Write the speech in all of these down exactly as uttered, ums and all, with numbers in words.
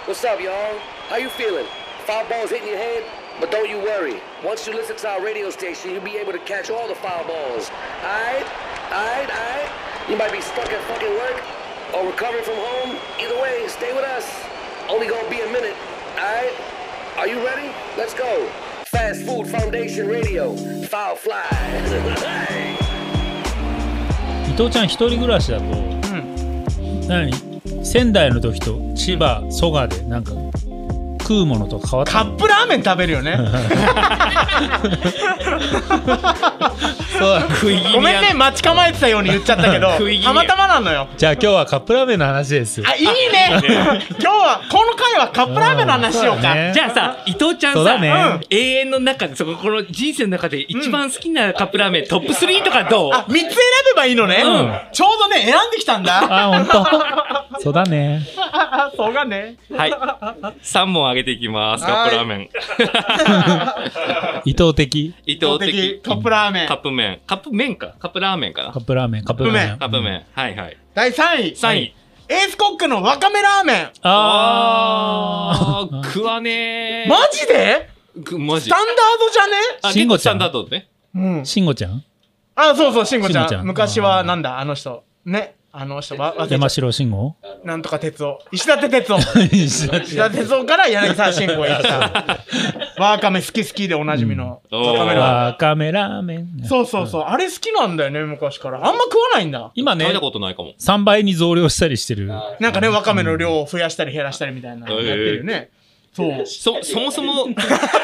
What's up, y'all? How you feeling? Foul balls hitting your head? But don't you worry. Once you listen to our radio station, you'll be able to catch all the foul balls. Alright? Alright? Alright? You might be stuck at fucking work or recovering from home. Either way, stay with us. Only gonna be a minute. Alright? Are you ready? Let's go. Fast Food Foundation Radio. Foul Fly. 伊藤ちゃん一人暮らしだと、うん、何仙台の時と千葉、蘇我でなんか食うものと変わった？ カップラーメン食べるよね。 そう食い気味。 ごめんね、待ち構えてたように言っちゃったけどたまたまなのよ。 じゃあ今日はカップラーメンの話です。 あ、いいね。今日はこの回はカップラーメンの話しようか。 じゃあさ、伊藤ちゃんさ、ね、永遠の中でそここの人生の中で一番好きなカップラーメン、うん、トップスリーとかどう？ あ、みっつ選べばいいのね。うん、ちょうどね選んできたんだ。 あ、本当。そうだね。 そうがね。 はい。さん問あげていきます。カップラーメン。 伊藤的。 伊藤的カップラーメン。 カップ麺。カップ麺か。カップラーメンかな。 カップラーメン。カップ麺。 カップ麺。はいはい。 だいさんい。 さんい。 エースコックのわかめラーメン。 あー、食わねー。 マジで？ マジ。 スタンダードじゃね？ あ、結構スタンダードね。 うん。 しんごちゃん？ あ、そうそう、しんごちゃん。昔はなんだ、あの人。ね。あの人は山城慎吾なんとか哲夫石立哲夫石立哲夫から柳沢慎吾へ来たわかめ好き好きでおなじみのわかめラーメン。 そうそうそう、あれ好きなんだよね昔から。あんま食わないんだ今ね。 食べたことないかも。 さんばいに増量したりしてる。 なんかね、わかめの量を増やしたり減らしたりみたいなやってるよね。そうそそもそも減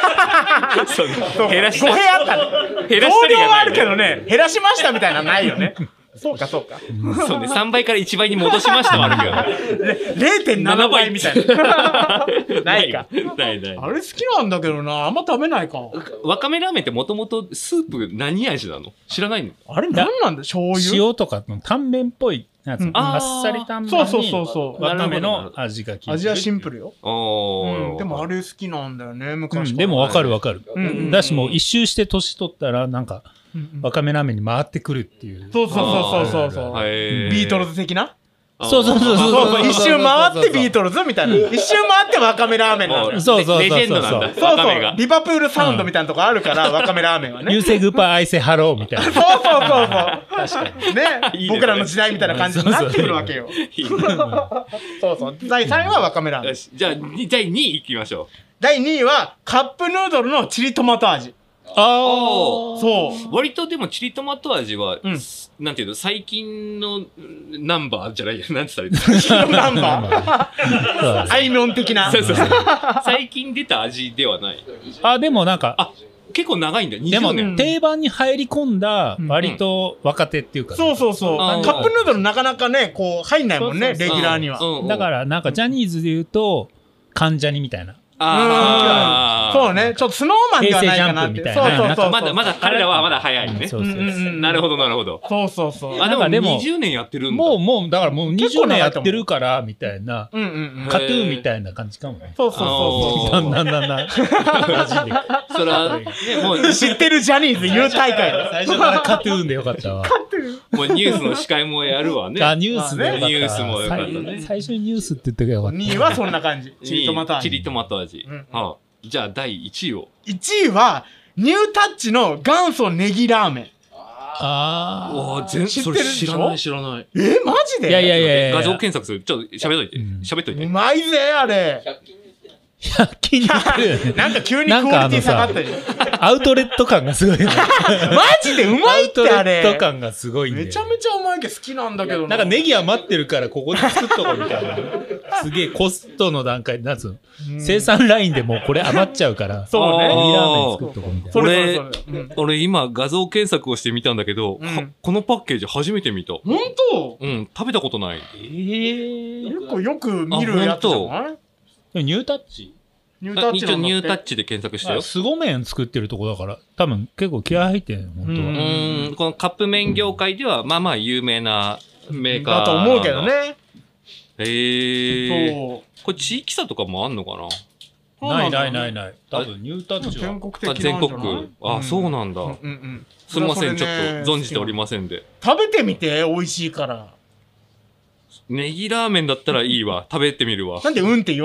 らした語弊あったね。増量はあるけどね、減らしましたみたいなのないよね。そうかそうか。 そうね、さんばいからいちばいに戻しましたはあるけどね。 れいてんななばいみたいな。ないか。 ないない。 あれ好きなんだけどな、あんま食べないか。 わかめラーメンってもともとスープ何味なの？知らないの？ あれ何なんだ？醤油？ 塩とかのタンメンっぽいやつ。あっさりタンメンに。 そうそうそう。 わかめの味が効いてる。 味はシンプルよ。 うん。 でもあれ好きなんだよね、昔から。 でもわかるわかる。だしもう一周して年取ったらなんか、わかめラーメンに回ってくるっていう。 そうそうそうそうそう。ビートルズ的な？ そうそうそうそう。 一周回ってビートルズみたいな。一周回ってわかめラーメンなんだ。 そうそうそう。 レジェンドなんだ。 そうそう。リバプールサウンドみたいなとこあるから、わかめラーメンはね。 You say goodbye, I say hello みたいな。 そうそうそうそう。確かに。ね。僕らの時代みたいな感じになってくるわけよ。そうそう。だいさんいはわかめラーメン。 じゃあ、だいにいいきましょう。 だいにいは、カップヌードルのチリトマト味。 ああ、そう。 割とでもチリトマト味は、うん、なんていうの、最近のナンバーじゃないや、なんて言ったらいい最近のナンバーあいみょん的な。 そうそうそう。最近出た味ではない。 あ、でもなんか、 あ、結構長いんだよ、にじゅうねん。 でも定番に入り込んだ、割と若手っていうか、 ね、うん、そうそうそう。カップヌードルなかなかね、こう、入んないもんね、レギュラーには。 だから、なんかジャニーズで言うと、関ジャニみたいな。 ああ、そうね。ちょっとスノーマンではないかなって。そうそうそう。 まだまだ彼らはまだ早いね。なるほどなるほど。 そうそうそう。 あ、でもにじゅうねんやってるんだ。 もうもうだからもうにじゅうねんやってるからみたいな、カトゥーンみたいな感じかもね。 そうそうそうそう。 なんなんなんなん。 それはね、もう知ってるジャニーズ U 大会最初からカトゥーンでよかったわ。 カトゥーン。 もうニュースの司会もやるわね。 あ、ニュースね。 ニュースもよかったね。 最初にニュースって言ってくれよかった。 にいはそんな感じ。チリトマト味。 チリトマト味。はあ。じゃあだいいちいを。 いちいはニュータッチの元祖ネギラーメン。 ああ。わあ、全然それ知らない知らない。 え、マジで？ いやいやいやいや。 画像検索する。ちょっと喋っといて。喋っといて。 うまいぜあれ。 ひゃく均なんか急にクオリティ下がったじゃん。 アウトレット感がすごい。マジでうまいってあれ。 アウトレット感がすごいんで。 めちゃめちゃうまいけど好きなんだけどな。 なんかネギ余ってるからここで作っとこうみたいな。すげえコストの段階で、なんつうの、生産ラインでもうこれ余っちゃうから。 そうね。 ネギラーメン作っとこうみたいな。 俺、俺今画像検索をしてみたんだけど、このパッケージ初めて見た。 本当？ うん、食べたことない。 ええ。結構よく見るやつじゃない？ ニュータッチ？ ニュータッチ一応ニュータッチで検索してよ。 凄麺作ってるとこだから、多分結構気合入ってる、本当は。 うん、このカップ麺業界では、まあまあ有名なメーカー。 だと思うけどね。 へえ。そう。これ地域差とかもあんのかな？ないないないない。多分ニュータッチは。 全国的なんじゃない？全国。あ、そうなんだ。すみません、ちょっと存じておりませんで。 食べてみて、美味しいから。 ネギラーメンだったらいいわ。食べてみるわ。 なんでうんって言わないの？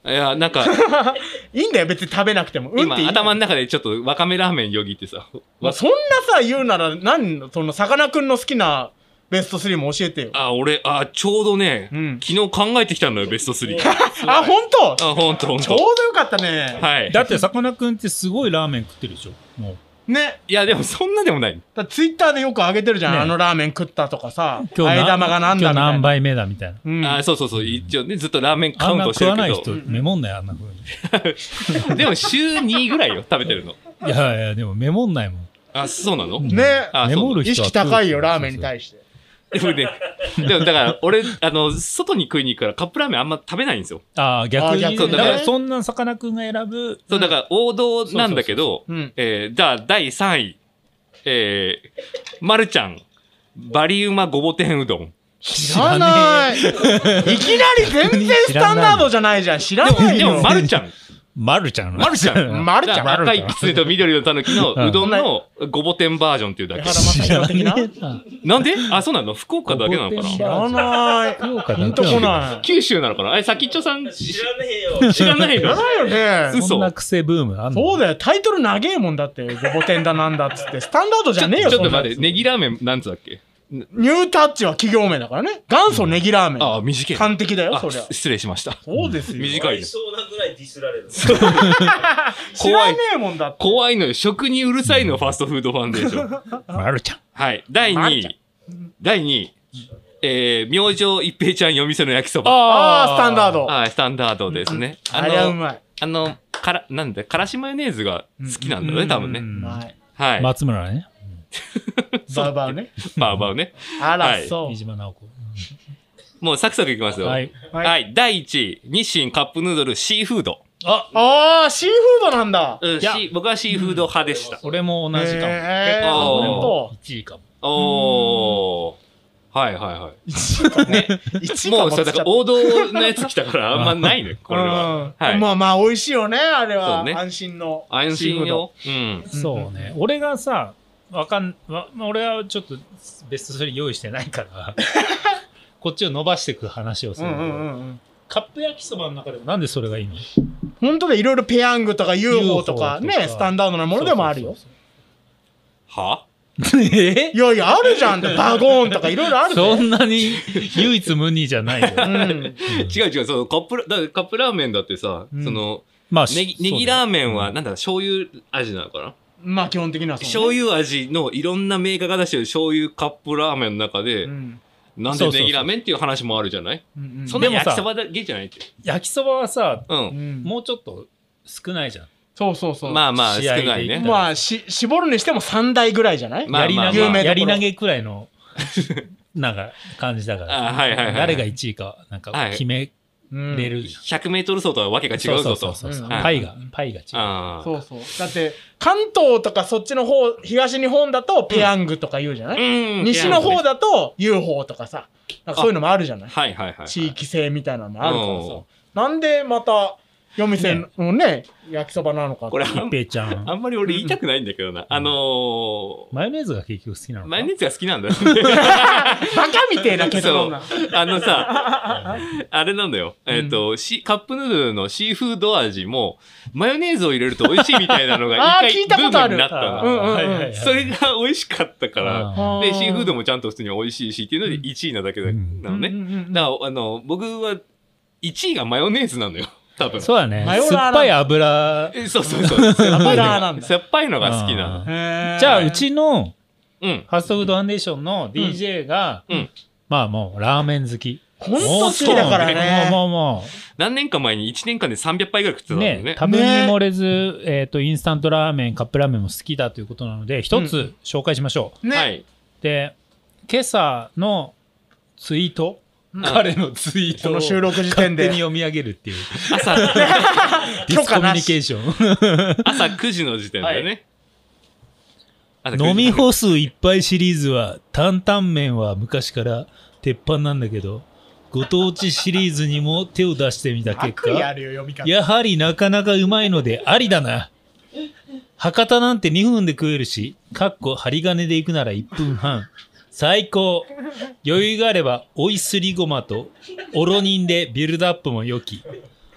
いや、なんか、 いいんだよ、別に食べなくても。うん今、 っていい頭の中でちょっとわかめラーメンよぎってさ。 まあ、そんなさ、言うなら、何、その、さかなクンの好きなベストスリーも教えてよ。 あ、俺、あ、ちょうどね、 うん昨日考えてきたのよ、ベストスリー。 あ、ほんとあ、ほんとほんちょうと。 どよかったね。 はい。 だってさかなクンってすごいラーメン食ってるでしょもね。 いや、でもそんなでもない。 だツイッターでよく上げてるじゃん。 ねあのラーメン食ったとかさ。 う今日なあえ玉がなんだみたいな。 今日何杯目だみたいなうん。 あ、そうそうそう、一応ね、ずっとラーメンカあんなウントしてるけ食わない人ど。 メモんないあんな風にでも週にぐらいよ、食べてるの。 いやいやでもメモんないもんあ、そうなのね。 あ、 メモる意人は識高いよ、ラーメンに対して。 でもね、でもだから俺、あの、外に食いに行くからカップラーメンあんま食べないんですよ。 ああ逆にあ逆にねだからそんなさかなクンが選ぶそう、だから王道なんだけど、 うん。 えー、じゃあだいさんい、えー、まるちゃん、バリウマごぼ天うどん。 知らない。いきなり全然スタンダードじゃないじゃん。知らでも、 ないよ。 でも、まるちゃん。 まるちゃんまるちゃん。 まるちゃんだから赤いキツネと緑のたぬきのうどんのごぼ天バージョンっていうだけ。 江原正宏的ななんであ、そうなの福岡だけなのか知ならない。 福岡ピンとこない。 九州なのかなえ、先っちょさん、 知らねえよ。 知らないの知らないよね。 嘘そんな癖ブームあんのそうだよ。タイトル長えもんだって。ごぼ天だなんだっつって。スタンダードじゃねえよ、そんなやつちょっと待って、ネギラーメンなんつだっけニュータッチは企業名だからね。元祖ネギラーメン。 あ、短い。 完璧だよ、 あそりゃ。 失礼しました。 そうですよ。 短いです。 そうなぐらいディスられる。 知らねえもんだって。 怖いのよ。食にうるさいのファストフードファンデーション。 まるちゃんはい。だいにい。だいにい。えー、明星一平ちゃん夜店の焼きそば。 ああ、スタンダード。 はい、スタンダードですね。 あれはうの、 まい。 あの、から、なんだ、からしマヨネーズが好きなんだよね、多分ね。 うまい。 はい。 松村ねバーバーね。 バーバーね。 あらは、いそう飯。島直子もうサクサクいきますよ。 ははい。 はいだいいちい。日清カップヌードルシーフード。 あああ、シーフードなんだ。 うん、 いやシー僕はシーフード派でした。 俺も同じかもへー結構俺あもほんいちいかもおー。はいはいはい。 一位かね。一位かもうさ、 もつっちゃっただから王道のやつ来たからあんまないね、これは。 うんはい。 まあまあ、美味しいよね、あれは。 そうね安心の。 安心よ。うん。 そうね俺がさわかんわまあ俺はちょっとベストスリー用意してないからこっちを伸ばしていく話をするうんうんうんうん。 カップ焼きそばの中でもなんでそれがいいの本当でいろいろペヤングとか ユーフォー とかユーフォーとかね、スタンダードなものでもあるよ。 はえいやいや、あるじゃんって。バゴーンとかいろいろあるそぜ。 んなに唯一無二じゃないようん。 違う違う、そのカップラ、だからカップラーメンだってさ、 うんその、 まあネギ、ネギラーメンは、なんだ、醤油味なのかなまあ基本的にはそうね。 醤油味のいろんなメーカーが出してる醤油カップラーメンの中でう、ん。 なんでそうそうそうネギラーメンっていう話もあるじゃないうんうんそんなでもさ焼きそばだけじゃないって。 焼きそばはさう。 うんん。 もうちょっと少ないじゃんそうそうそう。 まあまあ、少試合でないね。 まあ、し、絞るにしてもさんだいぐらいじゃないまあやり投げ、 有名どころやり投げくらいのなんか感じだからあはいはいはい誰がいちいかなんか決めうんれる、 ひゃくメートル走とはわけが違そううそぞと。 うそうそう、 うんパイがパイが違うああ。 そうそう。だって、関東とかそっちの方、東日本だとペヤングとか言うじゃない、 うん。 西の方だと ユーフォー とかさ、なんかそういうのもあるじゃないはいはいはい。 地域性みたいなのもあるからうんさ。なんでまた、夜店のね、焼きそばなのかってこれ、あ一ん平ちゃんあんまり俺言いたくないんだけどな。あのマヨネーズが結局好きなのー、 かマヨネーズが好きなんだよ。 バカみてえな結そう論な。。 あのさ、あれなんだよ。えっ、と、しカップヌードルのシーフード味も、マヨネーズを入れると美味しいみたいなのがあー聞い一回ブたことあるームになったうんうんの。 うんはいはいはいそれが美味しかったから、 あで、シーフードもちゃんと普通に美味しいしっていうのでいちいなだけだうんなのね。 うんうんうんだから、あの、僕はいちいがマヨネーズなのよ。多分。 そうだねマヨラー酸っぱい油えそうそうそう。酸っぱいのが油なんだ酸っぱいのが好きなの。 あへーじゃあうちのうん。 ファストフードファンデーションの ディージェー が、 うん。 まあもうラーメン好きほんと好きだからね。 もうもうも何年か前にいちねんかんでさんびゃくぱいぐらい食ってたうんだよね。 ね食べに漏れず、えっ、とインスタントラーメンカップラーメンも好きだということなので一つ紹介しましょう、 ね。 はい。 で今朝のツイート、彼のツイートをこの収録時点で勝手に読み上げるっていう朝、 ディスコミュニケーション朝くじの時点だよね。朝くじ飲み干すいっぱいシリーズは担々麺は昔から鉄板なんだけどご当地シリーズにも手を出してみた結悪意あ果るよ、読み方。 やはりなかなかうまいのでありだな博多なんてにふんで食えるしかっこ針金で行くならいっぷんはん最高余裕があれば追いすりごまとおろにんでビルドアップも良き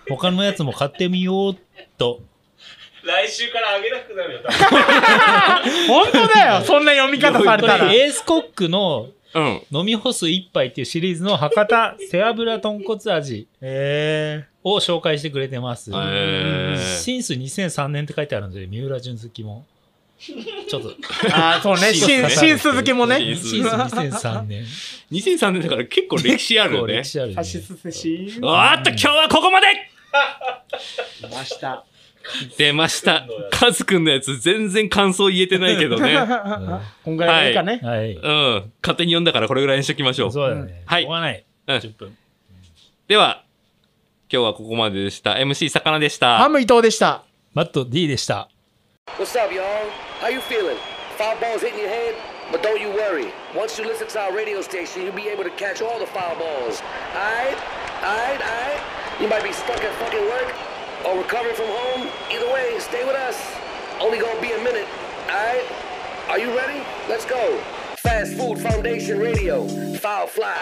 他のやつも買ってみようと。 来週からあげなくなるよ、 本当だよ、そんな読み方されたら。 エースコックのうん。 飲み干す一杯っていうシリーズの博多背脂豚骨味を紹介してくれてます。 へーシンスにせんさんねんって書いてあるので、三浦淳好きも。ちょっと。 ああ、そうね、新、新鈴木もね。 シンスにせんさんねん。 にせんさんねんだから結構歴史あるよね。 歴史あるね。 サシスセシー。 おーっと、今日はここまで出ました。 出ました。カズくんのやつ全然感想言えてないけどね。 こんぐらいがいいかね。 はい。 うん。勝手に読んだからこれぐらいにしときましょう。 そうだね。 はいしょうがない。 うんじゅっぷん。 では、今日はここまででした。エムシー 魚でした。 ハム伊藤でした。 マット D でした。 What's up, y'all? How you feeling? Foul balls hitting your head? But don't you worry. Once you listen to our radio station, you'll be able to catch all the foul balls. Aight? Aight? Aight? You might be stuck at fucking work or recovering from home. Either way, stay with us. Only gonna be a minute. Aight? Are you ready? Let's go. Fast Food Foundation Radio. Foul Fly.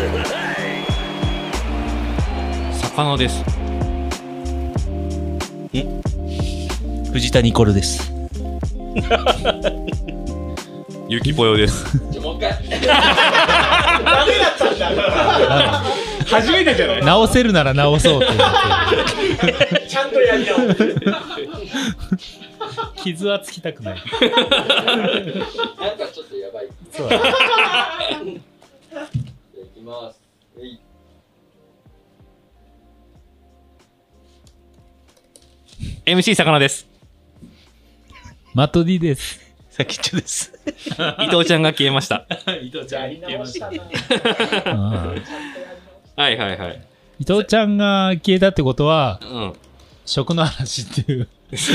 魚です。 藤田ニコルです。 ゆきぽよです。 もう一回。 ダメだったんだ。初めてじゃない。 直せるなら直そうってちゃんとやり直す。 傷はつきたくない。 なんかちょっとやばい。 そうだね。 じゃあ行きます。えい。 エムシー 魚です。 マット D です。 さきっちょです。 伊藤ちゃんが消えました。 伊藤ちゃんやり直したな。 はいはいはい。 伊藤ちゃんが消えたってことは、 うん。 食の話っていう。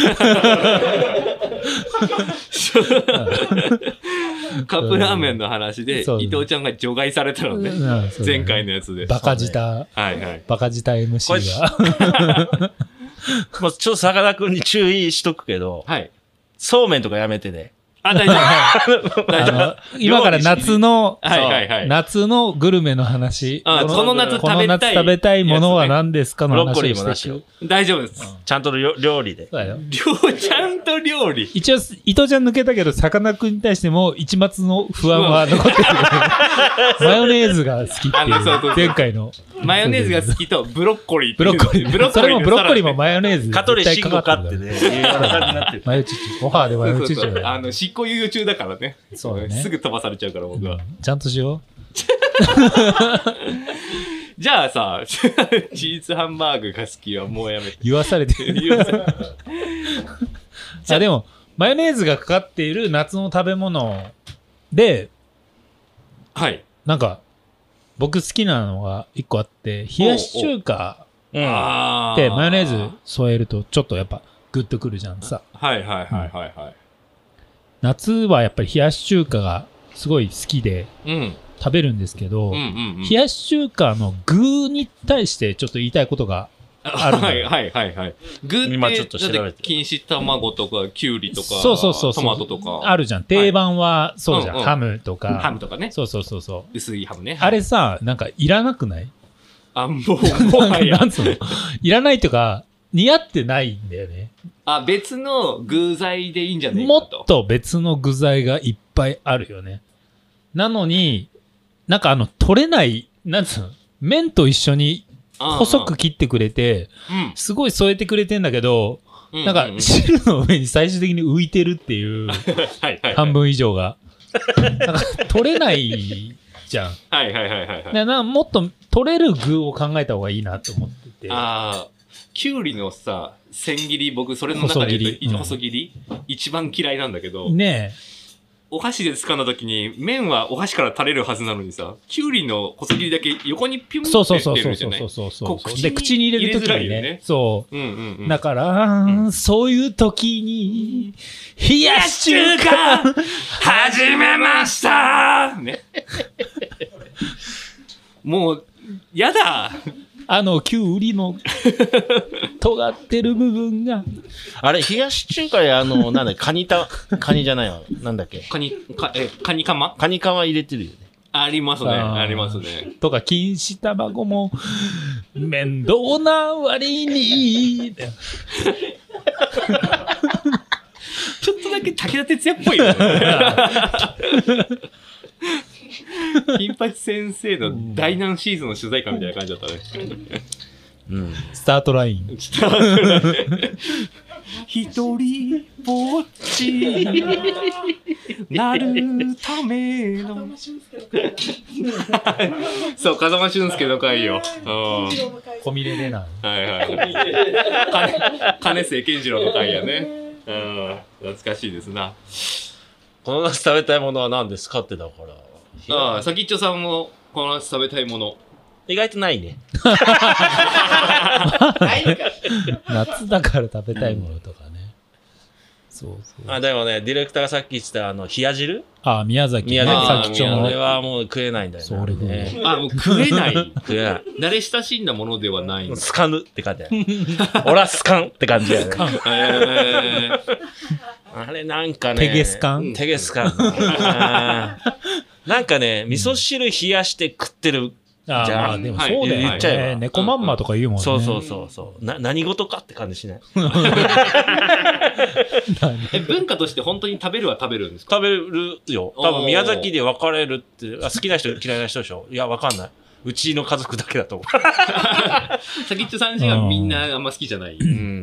カップラーメンの話で、 そう伊藤ちゃんが除外されたのね。 うんそうだね前回のやつで。 バカ舌、 はいはい。 バカ舌 エムシー が。 もうちょっと坂田くんに注意しとくけど、 はい。 そうめんとかやめてね。 あ、大丈夫。大丈夫。 あの今から夏の、 はいはいはい。 夏のグルメの話。 あこの夏食べたいこの夏食べたいものは何ですかのブロッコ話リーもなしよをしていく。。 大丈夫です。 ちゃんと料料理で。 そうだよ。 料ちゃんと料理。 一応、伊藤ちゃん抜けたけど、さかなクンに対しても一抹の不安は残ってる。マヨネーズが好きってあのそうそうそういう、前回の。 マヨネーズが好きとブロッコリーっていう。 ブロッコリー。 ブロッコリー。 それもブロッコリーもマヨネーズ。 カトレ絶シンゴか対かかってるってね、いうような感じになってる。 マヨチュチュ。オファーでマヨチュチュだよ。 そうそうそうあの、執行猶予中だからね。 そうだねすぐ飛ばされちゃうから僕は。 ちゃんとしよじゃあさ、チーズハンバーグが好きはもうやめてう。。言わされてる。 言わせあ、でも、マヨネーズがかかっている夏の食べ物で、 はい。 なんか、僕好きなのが一個あって、冷やし中華うん。 あってマヨネーズ添えるとちょっとやっぱグッとくるじゃんさ。 はいはいはいはいはい。 夏はやっぱり冷やし中華がすごい好きでうん。 食べるんですけど、 うんうんうん。 冷やし中華の具に対してちょっと言いたいことがあるのよ。 はいはいはいはい。具って、 今ちょっと調べてだって錦糸卵とか、きゅうりとか、 そうそうそうそう。 トマトとか。 あるじゃん。定番はそうじゃん。 うんうんハムとか。 ハムとかね。 そうそうそうそう。 薄いハムね。 あれさ、なんかいらなくないあ、もう、もはやな。んつうのいらないとか、似合ってないんだよね。 あ、別の具材でいいんじゃねえもかと。 っと別の具材がいっぱいあるよね。なのに、なんかあの、取れない、なんつうの麺と一緒に細く切ってくれて、 うん。 すごい添えてくれてんだけど、 うん。 なんか汁の上に最終的に浮いてるっていう、 はいはい。 半分以上が。なんか取れないじゃん。 はいはいはいはいはい。 ななもっと取れる具を考えた方がいいなと思ってて。 ああ、きゅうりのさ、千切り、僕、それの中で言うと細切りうん細切り、一番嫌いなんだけど、 ねお箸で掴んだ時に、麺はお箸から垂れるはずなのにさ、きゅうりの細切りだけ横にピュンえ。 ってそうそうそう出るじゃないそうそうそうそうそうこうで、口に入れるとき入れづらいにねよね。 そう。 うんうんうん。 だから、 うんそういう時に、冷やし中華始めましたね。もう、やだあの、きゅうりの尖ってる部分が、 あれ、冷やし中華や、あの、なんだっけ、カニた、カニじゃないわ。なんだっけ。 カニ、か、え、カニカマカニカマ入れてるよね。 ありますね。 あーありますね。 とか、錦糸卵も、 面倒な割に。 ちょっとだけ武田鉄矢っぽいよね。金八先生の第何シーズンの取材会みたいな感じだったね。 うん。 スタートライン。 一人ぼっちになるための。そう、風間俊介の回よ。 小峰レナ。 はいはい。金瀬健次郎の回やね。うん、懐かしいですな。 この夏食べたいものは何ですかってだから。 ああ、先っちょさんもこの夏食べたいもの。 意外とないね。 夏だから食べたいものとかね。そうそう。 あ、でもね、ディレクターがさっき言ってたあの、冷や汁あ、宮崎。 宮崎さっきの。 これはもう食えないんだよね。 それで。 あ、もう食えない。 食えない。 慣れ親しんだものではない。 スカヌって感じだよ。俺はスカンって感じだよね。 えー、 あれなんかね。 テゲスカンテゲスカン。なんかね、味噌汁冷やして食ってる。 ああ、まあでもそうだよね。 言っちゃえば猫まんまとか言うもんね。 そうそうそうそう。な、何事かって感じしない。 え、文化として本当に食べるは食べるんですか？ 食べるよ。多分宮崎で分かれるって、あ、好きな人嫌いな人でしょ？いや、分かんない。うちの家族だけだと思う。 先っちょさんじがみんなあんま好きじゃない。 うん。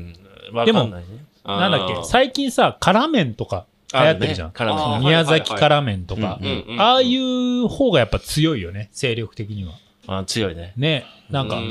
分かんないね。 なんだっけ、最近さ、辛麺とか流行ってるじゃん。 辛麺。 宮崎辛麺とか。ああいう方がやっぱ強いよね、勢力的には。 あ、強いね。 ね、なんか。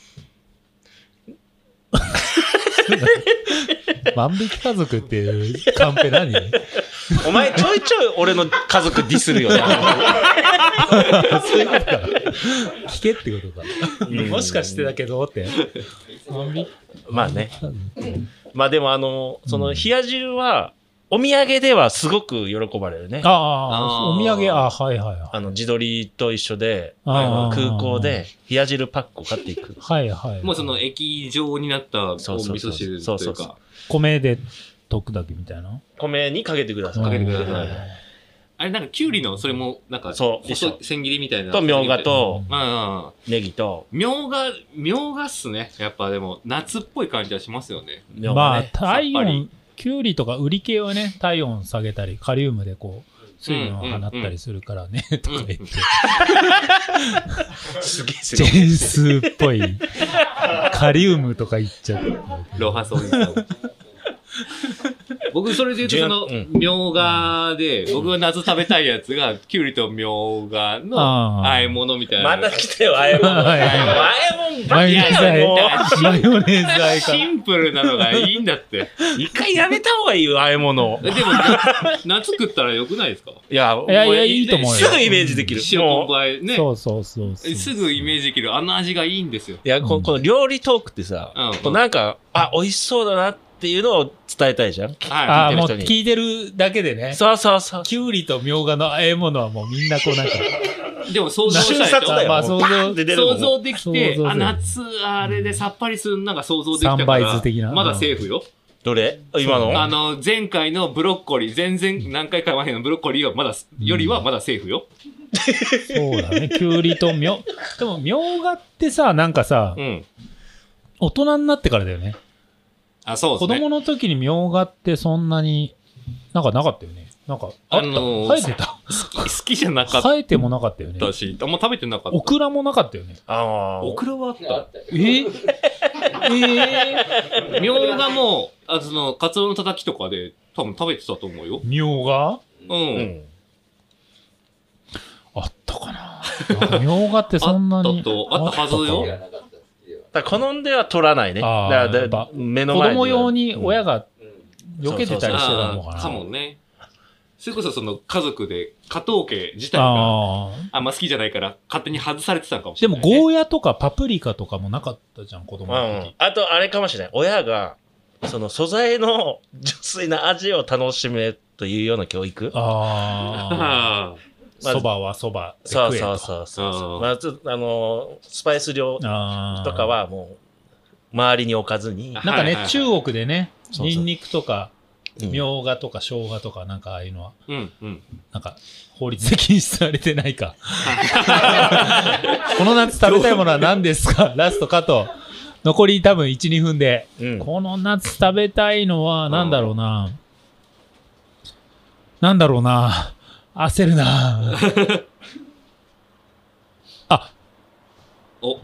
万引き家族っていうカンペ何？ お前ちょいちょい俺の家族ディスるよね。 そういうことか。聞けってことか。うん、もしかしてだけどって。 まあね。まあでもあの、その冷や汁は、お土産ではすごく喜ばれるね。 ああ、お土産、あはいはいはい。 あの、自撮りと一緒で、あの空港で冷や汁パックを買っていく。 はいはい。 もうその液状になったお味噌汁というか。 米で溶くだけみたいな。 米にかけてください。 かけてください。あれなんかキュウリのそれもなんかそう細千切りみたいな。 とみょうがとネギと。 みょうが、みょうがっすね。やっぱでも夏っぽい感じはしますよね。 まあ体温、キュウリとかウリ系はね、体温下げたり、カリウムでこう、水分を放ったりするからね、とか言って。 すげえジェンスっぽい。カリウムとか言っちゃう。 ロハソイさん。僕それで言うとそのみょうがで、僕が夏食べたいやつがキュウリとみょうがの和え物みたいな。 また来てよ、和え物。和え物マヨネーズ和え。マヨネーズ和えか。 シンプルなのがいいんだって。 一回やめた方がいいよ、和え物。 でも夏食ったらよくないですか？ いや、 いやいや、いいと思うよ。 すぐイメージできる。 塩昆布和えね。 そうそうそう。 すぐイメージできる。あの味がいいんですよ。 いや、この料理トークってさ、なんか、あ、美味しそうだなっていうのを伝えたいじゃん。 ああ、もう聞いてるだけでね。 そうそうそう。 キュウリとみょうがの和え物はもうみんなこうなんか。 でも想像したでしょ。 まあ想像想像できて、あ、夏あれでさっぱりするのが想像できたから。 サンバイズ的な。 まだセーフよ。 どれ今のあの、前回のブロッコリー、全然何回か前のブロッコリーはまだ、よりはまだセーフよ。 そうだね。キュウリとみょう、でもみょうがってさ、なんかさ、うん、大人になってからだよね。 あ、そうですね。 子供の時にみょうがってそんなになんかなかったよね。なんかあった、あのー、生えてた。 好き、好きじゃなかった。 生えてもなかったよね。 私、あんま食べてなかった。 オクラもなかったよね。 ああ。 オクラはあった。 えー、 えー、みょうがも、あその、カツオのたたきとかで多分食べてたと思うよ。 みょうがうん。うん、 あったかな。みょうがってそんなに。 あったと、あったはずよ。 だ好んでは取らないね。だから目の前子供用に親が避けてたりしてたのかな。 かもね。それこそその家族で加藤家自体があんま好きじゃないから勝手に外されてたかもしれない、ね。 でもゴーヤとかパプリカとかもなかったじゃん、子供の時。 うん、あとあれかもしれない。親がその素材の純粋な味を楽しめというような教育。 ああ。そばはそばで食えと。そうそうそうそう。まあ、ちょっとあのスパイス量とかはもう周りに置かずに。 なんかね、中国でね、ニンニクとかうんみょうがとか生姜とかなんかああいうのは、 うんうん。 なんか法律で禁止されてないか。この夏食べたいものは何ですかラストカット。残り多分いち、にふんで。 うんこの夏食べたいのは何だろうな。なんだろうな。焦るな。あ、 お。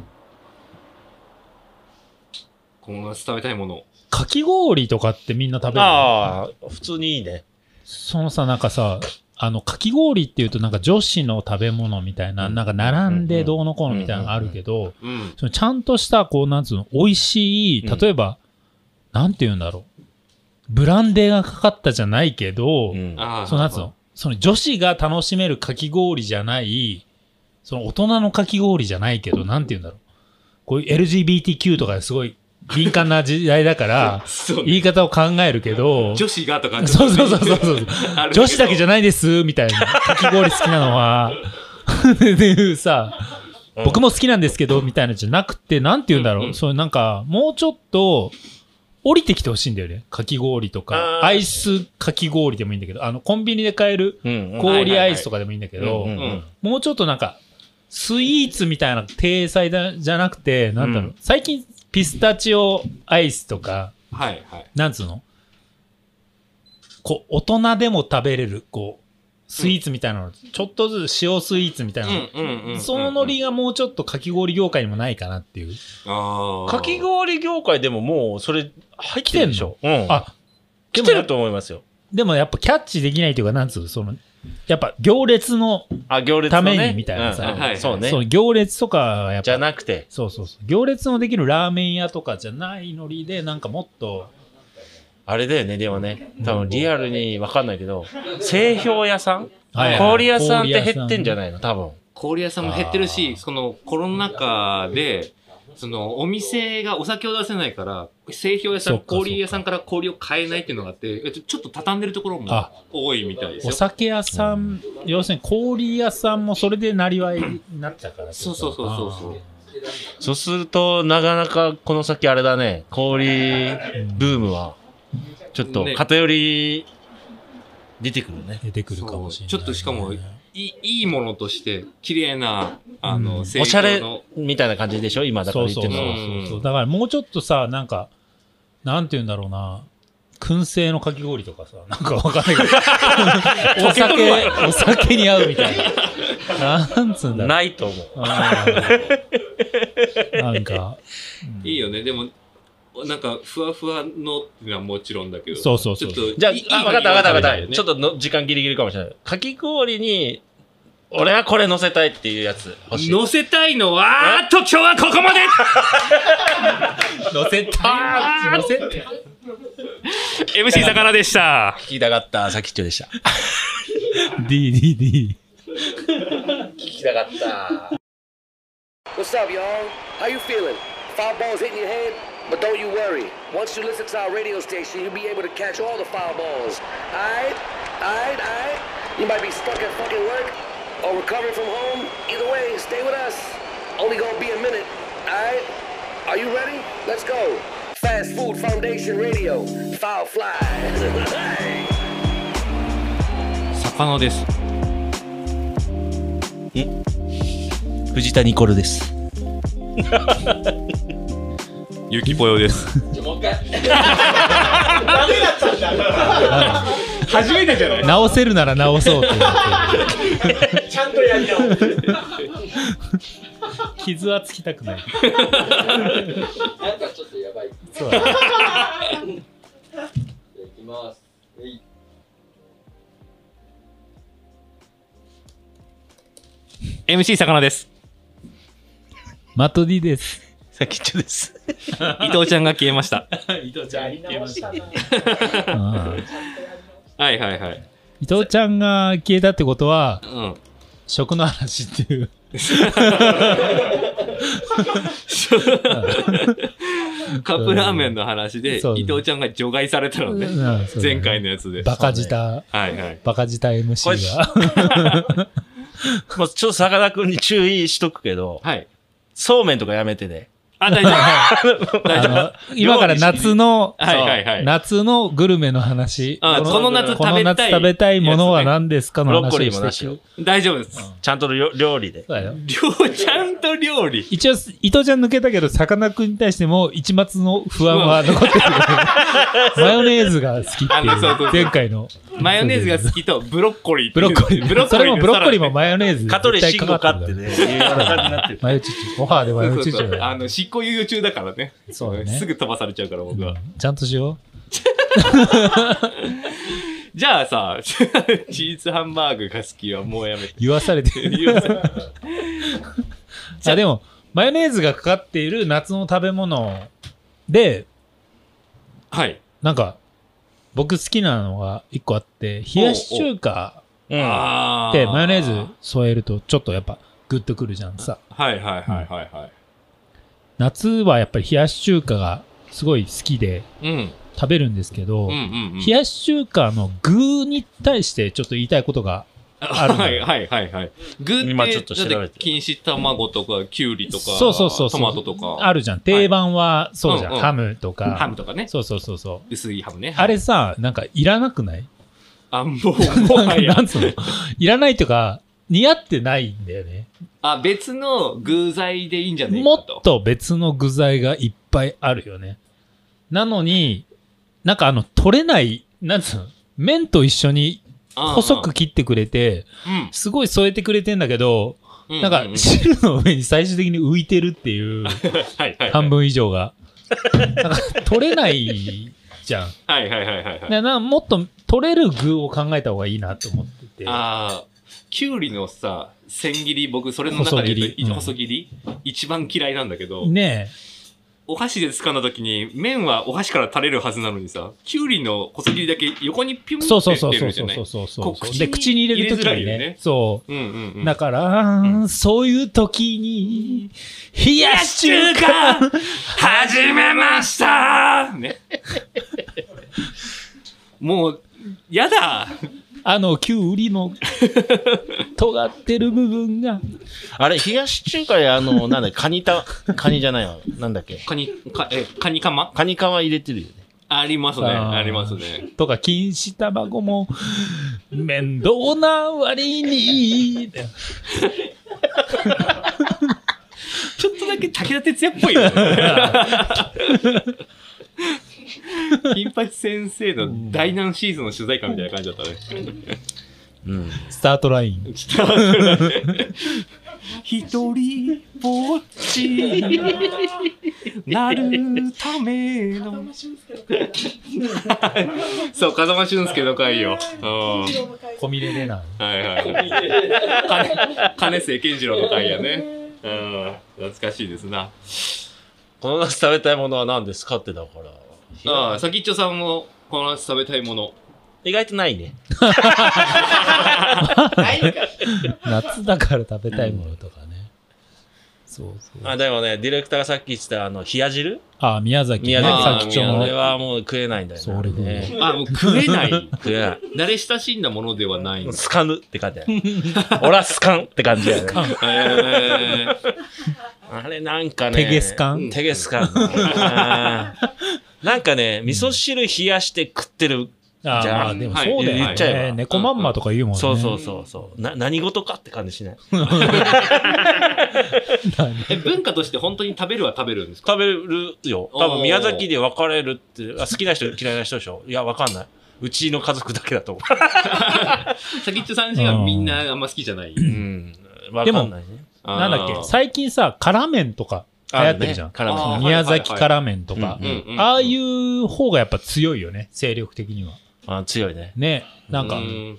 この夏食べたいもの。 かき氷とかってみんな食べるの？ ああ、普通にいいね。 そのさ、なんかさ、あの、かき氷っていうとなんか女子の食べ物みたいな、なんか並んでどうのこうのみたいなのがあるけど、 うん。 そのちゃんとした、こう、なんつうの、美味しい、 うん例えば、なんて言うんだろう。ブランデーがかかったじゃないけど、 うんああ。 そのなんつうの、その女子が楽しめるかき氷じゃない、その大人のかき氷じゃないけど、なんて言うんだろう。こういう エルジービーティーキュー とかですごい敏感な時代だから、 そう言い方を考えるけど、 女子がとかそうそうそうそうそう。女子だけじゃない。 ないです、みたいな。かき氷好きなのは。っていうさ、僕も好きなんですけど、みたいなじゃなくて、なんて言うんだろう。 うんうんそういうなんか、もうちょっと、降りてきてほしいんだよね。かき氷とか。 あーアイスかき氷でもいいんだけど、あの、コンビニで買えるうんうん氷アイスとかでもいいんだけど、 うんうんうん。 もうちょっとなんか、スイーツみたいな体裁だじゃなくて、なんだろう。 うん最近、ピスタチオアイスとか、 はいはい。 なんつうのこう、大人でも食べれる、こう、スイーツみたいなの、ちょっとずつ塩スイーツみたいなの、 うんうんうん。 そのノリがもうちょっとかき氷業界にもないかなっていう。 ああ。 かき氷業界でももうそれ入ってるでしょ。うん。 あ、 来てると思いますよ。 でもやっぱキャッチできないというか、なんつうの、その、やっぱ行列の、 あ、行列のねためにみたいなさうんうんはいそうねそ。の行列とかはやっじゃぱ、 なくて。 そうそうそう。行列のできるラーメン屋とかじゃないノリで、なんかもっと、 あれだよね、でもね。多分リアルにわかんないけど、製氷屋さんはいはい氷屋さんって減ってんじゃないの多分。 氷屋さんも減ってるし、そのコロナ禍で、そのお店がお酒を出せないから、製氷屋さん、 そっか氷屋さんから氷を買えないっていうのがあって、えちょちょっと畳んでるところもあ多いみたいですおよ。 酒屋さん、要するに氷屋さんもそれでなりわいになったからってこと。 そうそうそうそうそう。 そうすると、なかなかこの先あれだね、氷ブームは、ちょっとね偏り出てくるね。 出てくるかもしれない、 そうちょっとしかもいいいいものとして、綺麗な、あの、 うん製おしゃれのみたいな感じでしょ今だからそうそうそう言ってるのは。 そうそう。だからもうちょっとさ、なんか、なんて言うんだろうな。燻製のかき氷とかさ、なんかわかんないけど。お酒、お酒に合うみたいな。なんつうんだろう。 ないと思う。 あーなんか、 いいよね。でも、なんか、ふわふわのっていうのはもちろんだけど。 そうそうそうちょっと、 じゃあ、 いいあわかったわかったわかった。 いいねちょっとの時間ギリギリかもしれない。かき氷に、俺はこれ乗せたいっていうやつ欲しい。 乗せたいのは、あーっと今日はここまで乗せた乗せた !エムシー さかなでした。 聞きたかった、さきっちょでした。 ディーディーディー。 聞きたかった。 What's up, y'all? How you feeling? Foul balls hitting your head? But don't you worry. Once you listen to our radio station, you'll be able to catch all the foul balls. Aight? Aight? Aight? You might be stuck at fucking work or recovering from home. Either way, stay with us. Only gonna be a minute. Aight? Are you ready? Let's go. Fast Food Foundation Radio. Foul Fly. 魚です。 藤田ニコルです。 ゆきぽよです。 初めてじゃない直せるなら直そうって言って。 ちゃんとやり直す。 傷はつきたくない。 なんかちょっとやばい。 そうだね。 じゃあ行きます。えい。 エムシー さかなです。 マトディです。 さきっちょです。 伊藤ちゃんが消えました。 伊藤ちゃんやり直したな。 はいはいはい。 伊藤ちゃんが消えたってことは、 うん。 食の話っていう。 カップラーメンの話で、 そう伊藤ちゃんが除外されたのね。 うんそうだね前回のやつで。 バカ舌、 はいはい。 バカ舌 エムシー が。 もうちょっとさかなクンに注意しとくけど、 はい。 そうめんとかやめてね。 あ、大丈夫。大丈あの今から夏の、 はいはいはい。 夏のグルメの話。 あこの夏この夏食べたいものは何ですかの話をしていく。 ブロッコリーもなしよ。 大丈夫です。 ちゃんと料料理で。 そうだよ。 料ちゃんと料理。 一応、伊藤ちゃん抜けたけど、さかなクンに対しても一抹の不安は残ってる。マヨネーズが好きってあのそうそうそういう、前回の。 マヨネーズが好きとブロッコリーっていう。 ブロッコリー。 ブロッコリーそれもブロッコリーもマヨネーズ。 香取絶慎対かかってる吾かってね、いうような感じになってる。 マヨチュチュ。オファーでマヨチュチそうそうそうュ。 あの、執行猶予中だからね。 そうだねすぐ飛ばされちゃうから、僕は。 ちゃんとしよじゃあさ、チーズハンバーグが好きはもうやめて。 う。言わされてる。 言わせあ、でも、マヨネーズがかかっている夏の食べ物で、 はい。 なんか、僕好きなのが一個あって、冷やし中華うん。 あってマヨネーズ添えるとちょっとやっぱグッとくるじゃんさ。 はいはいはいはいはい。 夏はやっぱり冷やし中華がすごい好きでうん。 食べるんですけど、 うんうんうん。 冷やし中華の具に対してちょっと言いたいことがあるのよはいはいはいはい。具って、 今ちょっと調べてだって錦糸卵とか、きゅうりとか、 そうそうそうそうトマトとか。 あるじゃん。定番はそうじゃん。 うんうんハムとか。 ハムとかね。 そうそうそうそう。 薄いハムね。 あれさ、なんかいらなくないあ、もう、もはやな。んつうのいらないというか、似合ってないんだよね。 あ、別の具材でいいんじゃねえもっかと。 と別の具材がいっぱいあるよね。なのに、なんかあの、取れない、なんつうの麺と一緒に細く切ってくれて、 うん、 すごい添えてくれてんだけど、 うん。 なんか汁の上に最終的に浮いてるっていう、 はいはいはい。 半分以上が。なんか取れないじゃん。 はいはいはいはいはい。 でなんかもっと取れる具を考えた方がいいなと思ってて。 ああ、きゅうりのさ、千切り、僕、それの中で言うと、 細切りうん細切り、一番嫌いなんだけど、 ねお箸で掴んだ時に、麺はお箸から垂れるはずなのにさ、きゅうりの細切りだけ横にピュンえ。 ってそうそうそう出るじゃないそうそうそうそうこそうう。で、口に入れるときに入れづらいよねね。そう。 うんうんうん。 だから、 うんそういう時に、冷やし中華始めましたね。もう、やだあの、きゅうりの尖ってる部分が、 あれ、冷やし中華や、あの、なんだカニた、カニじゃないわ。なんだっけ。 カニ、か、え、カニカマカニカマ入れてるよね。 ありますね。 あーありますね。 とか、錦糸卵も、面倒な割に、 ちょっとだけ武田鉄矢っぽいよね。金八先生の第何シーズンの取材会みたいな感じだったね。 うん。 スタートライン。 一人ぼっちになるための。そう、風間俊介の回よ。うん。 小見れれな。 はいはい。金、金瀬健次郎の回やね。うん。懐かしいですな。 この夏食べたいものは何ですかってだから。 ああ、先っちょさんもこの夏食べたいもの。 意外とないね。 夏だから食べたいものとかね。そうそう。 あ、でもね、ディレクターがさっき言ってた、あの、冷や汁あ、宮崎ね。 宮崎さっきちょあのれはもう食えないんだよね。 そう俺もね。 あ、もう食えない。 食えない。 慣れ親しんだものではないんだ。 スカヌって感じだよ。俺はスカンって感じだよね。 えーあれなんかね。 テゲスカンテゲスカン。あーなんかね、味噌汁冷やして食ってる。 あじゃあまあでもそうだよね。 言っちゃえば猫まんまとか言うもんね。 そうそうそうそう。な、何事かって感じしない。 え、文化として本当に食べるは食べるんですか？ 食べるよ。多分宮崎で分かれるって、あ好きな人嫌いな人でしょ。いや、分かんない。うちの家族だけだと思先っちょさんちがみんなあんま好きじゃない。 う。うん。分かんないね。 なんだっけ最近さ、辛麺とか流行ってるじゃん。 辛あー麺。 宮崎辛麺とかうんうんうん。 ああいう方がやっぱ強いよね。勢力的には。 あ、強いね。 ね。なんかう、ん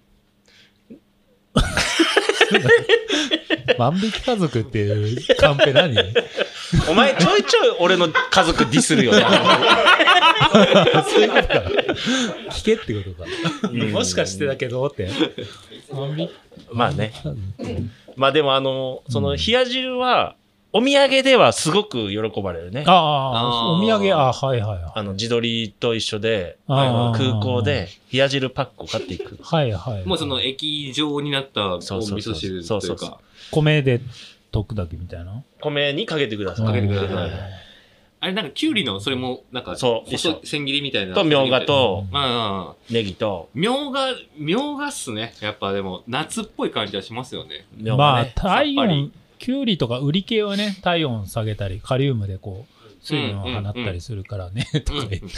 万引き家族っていうカンペ何お前ちょいちょい俺の家族ディスるよね。 そういうことか。聞けってことか。もしかしてだけどって。万引きまあね。まあでもあの、その冷や汁は、お土産ではすごく喜ばれるね。 ああ、お土産、あはいはいはい。 あの、自撮りと一緒で、 あーあの空港で冷や汁パックを買っていく。 はいはい。 もうその液状になったお味そうそうそう噌汁そうそうそうというか。 米で溶くだけみたいな。 米にかけてください。 かけてください。あれなんかキュウリのそれもなんかそう細い千切りみたいな。 とみょうがとうんうんネギとみょうがみょうがっすね。やっぱでも夏っぽい感じはしますよね。 みょうまあがね。 体さっぱり温キュウリとかウリ系はね体温下げたりカリウムでこう水分を放ったりするからね、とか言って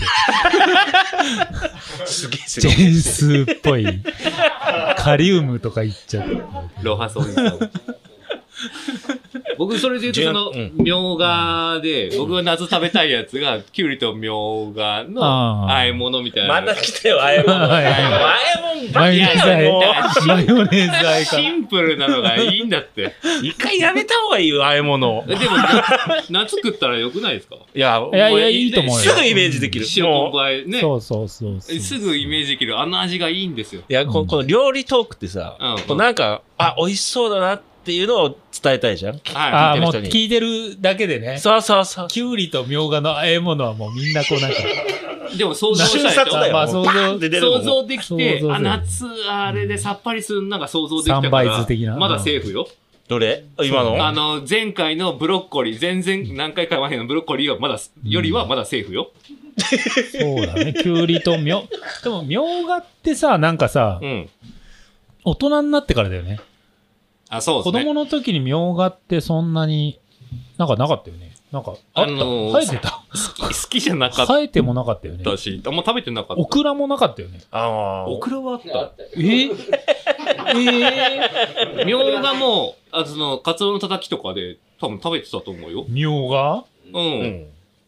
すげえすジごい。 ェンスっぽいカリウムとか言っちゃう。 ロハソイさん。僕それで言うとその純みょうがで僕が夏食べたいやつがキュウリとみょうがのあー和え物みたいな。 また来てよ、あえ物。 はいはいあえ物ばっマヨネーズかりやもうあえマヨネーズあえか。 シンプルなのがいいんだって。 一回やめた方がいいよ、あえ物。 でも夏食ったらよくないですか？ いや、 いやいやもういいと思うよすぐイメージできる。 塩もう昆布あえね。 そうそうそうそう。 すぐイメージできるあの味がいいんですよ。 いや、ここの料理トークってさ、 うんこうなんか、あ、美味しそうだなっていうのを伝えたいじゃん。 はい。 ああ、もう聞いてる人に聞いてるだけでね。 そうそうそう。 キュウリとミョウガの和え物はもうみんなこうなんか、 でも想像した瞬殺だよ。 まあもうバーンって出るもん想像できて想、像あ、 する夏あれでさっぱりするのが想像できたサンバイからズ的な、 まだセーフよ。 どれ今のあの、前回のブロッコリー、前々何回か前のブロッコリーはまだ、よりはまだセーフよ。 そうだね、キュウリとミョウ、でもミョウガってさ、なんかさう、ん。 大人になってからだよね。 あ、そう子ですね。 供の時にミョウガってそんなに、なんかなかったよね。なんか、あった、 あのー生えてた。 好き好きじゃなかっ生えてもなかったよね。 たし、あんま食べてなかった。 オクラもなかったよね。 ああ。 オクラはあった。 えー、えみょうがも、あその、カツオのたたきとかで多分食べてたと思うよー、。ミョウガうん。 うん。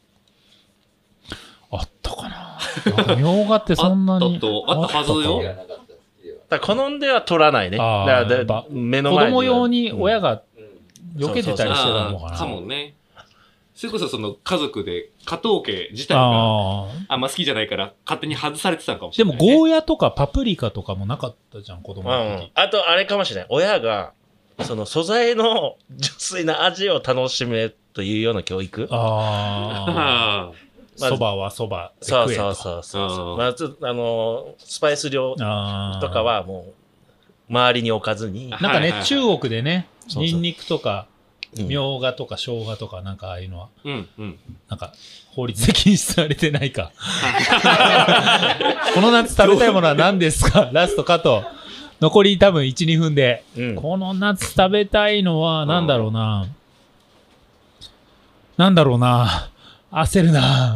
あったかな。なんかミョウガってそんなに。 あったとあったはずよあっだから好んでは取らないね。 あーだからやっぱだ目の子前には供用に親うんが避けてたりしてたのかな。 あーかもね。それこそその家族で加藤家自体がああ。 あんま好きじゃないから勝手に外されてたのかもしでもれない、ね。 ゴーヤとかパプリカとかもなかったじゃん、子供うのん時。。 あと、あれかもしれない。親が、その素材の純粋な味を楽しめというような教育ああ。 あそばはそばでそう食えと。 そうそうそううんまあ、ちょっとあの、スパイス量ああ。 とかはもう、周りに置かずに、 なんかねはいはいは、い中国でね、 そうそうニンニクとか、 うんみょうがとか生姜とか、なんかああいうのは、 ーうんうん。 なんか、法律で禁止されてないか。この夏食べたいものは何ですかラストカット。残り多分いち、にふんで。 うんこの夏食べたいのは、なんだろうな。なんだろうな。焦るな。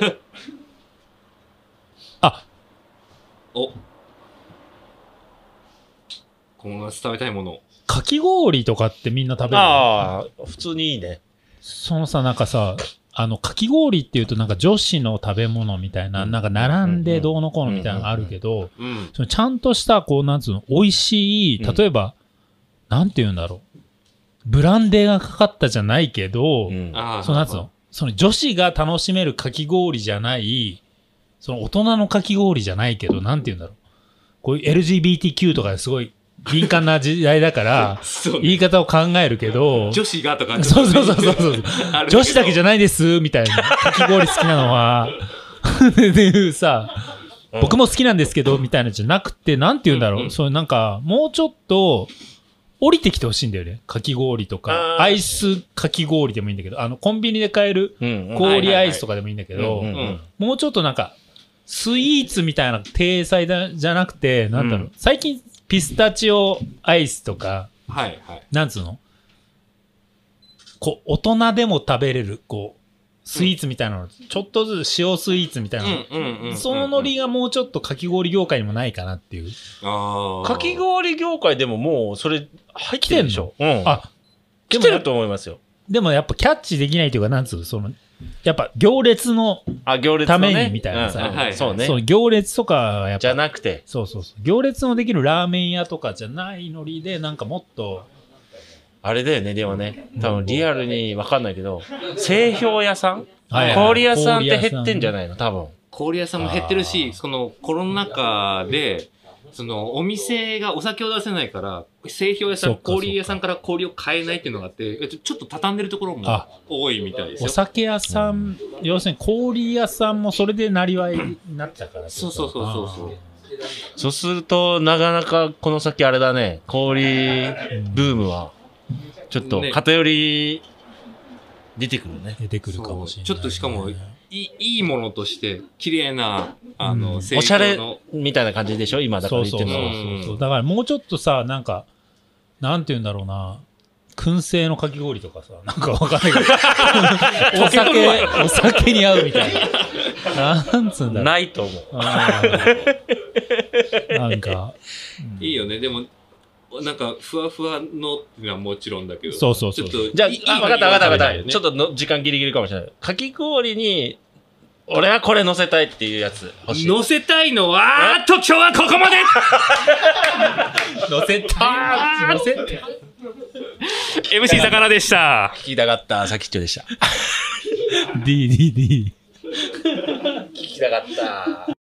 あ、 お。この夏食べたいもの。 かき氷とかってみんな食べるの？ ああ、普通にいいね。 そのさ、なんかさ、あの、かき氷っていうとなんか女子の食べ物みたいな、なんか並んでどうのこうのみたいなのがあるけど、 うん。 そのちゃんとした、こう、なんつうの、美味しい、 うん例えば、なんて言うんだろう。ブランデーがかかったじゃないけど、 うんああ。 そのなんつうの、その女子が楽しめるかき氷じゃない、その大人のかき氷じゃないけど、なんて言うんだろう。こういう エルジービーティーキュー とかですごい敏感な時代だから、 そうね言い方を考えるけど、 女子がとか。 そうそうそうそうそう。女子だけじゃない。 ないです、みたいな。かき氷好きなのは。っていうさ、僕も好きなんですけど、みたいなじゃなくて、なんて言うんだろう。 うんうんそういうなんか、もうちょっと、降りてきてほしいんだよね。かき氷とか。 あーアイスかき氷でもいいんだけど、あの、コンビニで買えるうんうん氷アイスとかでもいいんだけど、 うんうんうん。 もうちょっとなんか、スイーツみたいな体裁だじゃなくて、なんだろう。 うん最近、ピスタチオアイスとか、 はいはい。 なんつうのこう、大人でも食べれる、こう、スイーツみたいなの、ちょっとずつ塩スイーツみたいなの、 うんうんうんうん。 そのノリがもうちょっとかき氷業界にもないかなっていう。 ああ。 かき氷業界でももうそれ入ってるでしょ。うん。 あ、 来てると思いますよ。 でもやっぱキャッチできないというか、なんつうの、その、やっぱ行列の、 あ、行列のねためにみたいなさうんうんはいそうねそ。の行列とかはやっじゃぱ、 なくて。 そうそうそう、行列のできるラーメン屋とかじゃないノリで、なんかもっと、 あれだよね、でもね。多分リアルにわかんないけど、製氷屋さんはいはい氷屋さんって減ってんじゃないの多分。 氷屋さんも減ってるし、そのコロナ禍で、そのお店がお酒を出せないから、製氷屋さん、 そっか氷屋さんから氷を買えないっていうのがあって、えっとちょっと畳んでるところもあ多いみたいですおよ。 酒屋さん、要するに氷屋さんもそれでなりわいになっちゃうから。 そうそうそうそうそう。 そうすると、なかなかこの先あれだね、氷ブームはちょっと偏り出てくるね。 出てくるかもしれない、ね。 ちょっとしかも、いい、いいものとして、綺麗な、あの、 うん、 おしゃれみたいな感じでしょ今だから言ってるのは。 そうそうそうそう。だからもうちょっとさ、なんか、なんて言うんだろうな。燻製のかき氷とかさ、なんかわかんないけど。お酒、お酒に合うみたいな。なんつうんだろう。 ないと思う。 なんか、 うん。いいよね。でも、なんか、ふわふわのっていうのはもちろんだけど。 そうそうそう。 ちょっとじゃあ、あ、わかったわかったわかった。 ね、 ちょっとの時間ギリギリかもしれない。かき氷に、俺はこれ乗せたいっていうやつ欲しい。 乗せたいのは、あーっと今日はここまで乗せたー乗せたエムシー 魚でした。 聞きたかった、さきっちょでした。 ディーディーディー聞きたかった。